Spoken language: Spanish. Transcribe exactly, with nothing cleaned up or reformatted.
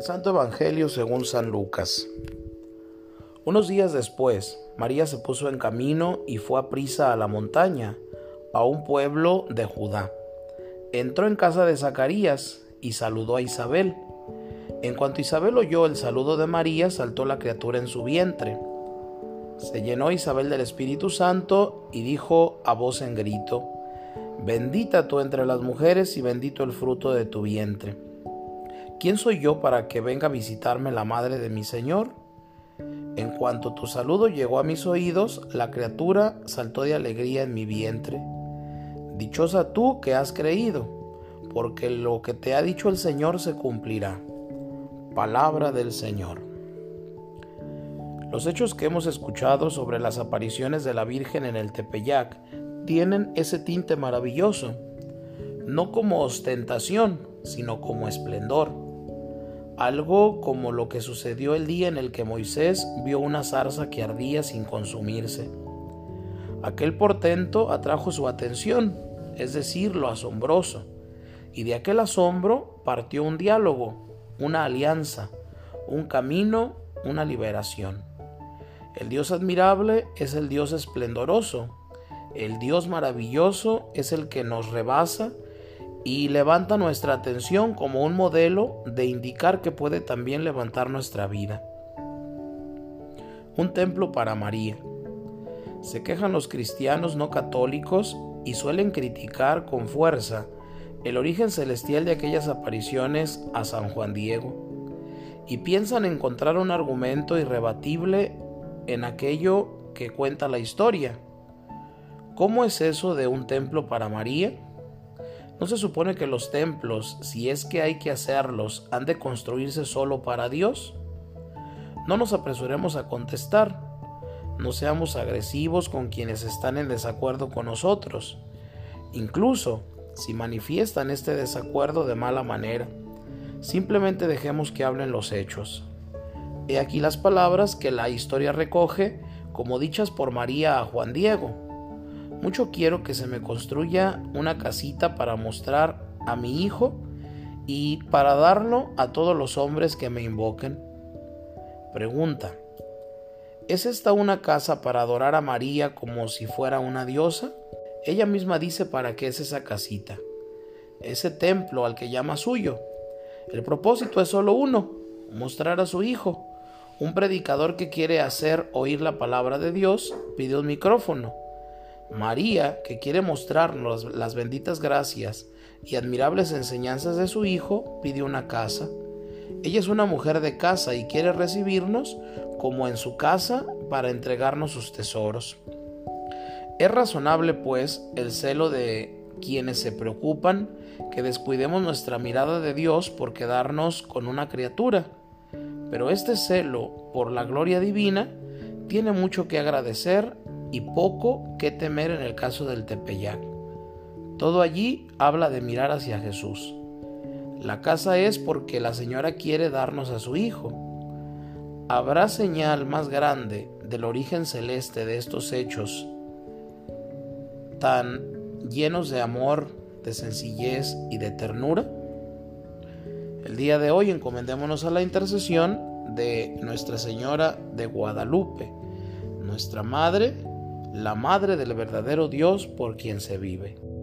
Del Santo Evangelio según San Lucas. Unos días después, María se puso en camino y fue aprisa a la montaña, a un pueblo de Judá. Entró en casa de Zacarías y saludó a Isabel. En cuanto Isabel oyó el saludo de María, saltó la criatura en su vientre. Se llenó Isabel del Espíritu Santo y dijo a voz en grito: Bendita tú entre las mujeres y bendito el fruto de tu vientre. ¿Quién soy yo para que venga a visitarme la madre de mi Señor? En cuanto tu saludo llegó a mis oídos, la criatura saltó de alegría en mi vientre. Dichosa tú que has creído, porque lo que te ha dicho el Señor se cumplirá. Palabra del Señor. Los hechos que hemos escuchado sobre las apariciones de la Virgen en el Tepeyac tienen ese tinte maravilloso, no como ostentación, sino como esplendor. Algo como lo que sucedió el día en el que Moisés vio una zarza que ardía sin consumirse. Aquel portento atrajo su atención, es decir, lo asombroso, y de aquel asombro partió un diálogo, una alianza, un camino, una liberación. El Dios admirable es el Dios esplendoroso, el Dios maravilloso es el que nos rebasa y levanta nuestra atención como un modelo de indicar que puede también levantar nuestra vida. Un templo para María. Se quejan los cristianos no católicos y suelen criticar con fuerza el origen celestial de aquellas apariciones a San Juan Diego y piensan encontrar un argumento irrebatible en aquello que cuenta la historia. ¿Cómo es eso de un templo para María? ¿No se supone que los templos, si es que hay que hacerlos, han de construirse solo para Dios? No nos apresuremos a contestar. No seamos agresivos con quienes están en desacuerdo con nosotros. Incluso si manifiestan este desacuerdo de mala manera, simplemente dejemos que hablen los hechos. He aquí las palabras que la historia recoge como dichas por María a Juan Diego. Mucho quiero que se me construya una casita para mostrar a mi hijo y para darlo a todos los hombres que me invoquen. Pregunta: ¿es esta una casa para adorar a María como si fuera una diosa? Ella misma dice para qué es esa casita, ese templo al que llama suyo. El propósito es solo uno: mostrar a su hijo. Un predicador que quiere hacer oír la palabra de Dios pide un micrófono. María, que quiere mostrarnos las benditas gracias y admirables enseñanzas de su Hijo, pide una casa. Ella es una mujer de casa y quiere recibirnos como en su casa para entregarnos sus tesoros. Es razonable, pues, el celo de quienes se preocupan que descuidemos nuestra mirada de Dios por quedarnos con una criatura, pero este celo por la gloria divina tiene mucho que agradecer y poco que temer en el caso del Tepeyac. Todo allí habla de mirar hacia Jesús. La casa es porque la Señora quiere darnos a su Hijo. ¿Habrá señal más grande del origen celeste de estos hechos tan llenos de amor, de sencillez y de ternura? El día de hoy encomendémonos a la intercesión de Nuestra Señora de Guadalupe, nuestra Madre, la Madre del verdadero Dios por quien se vive.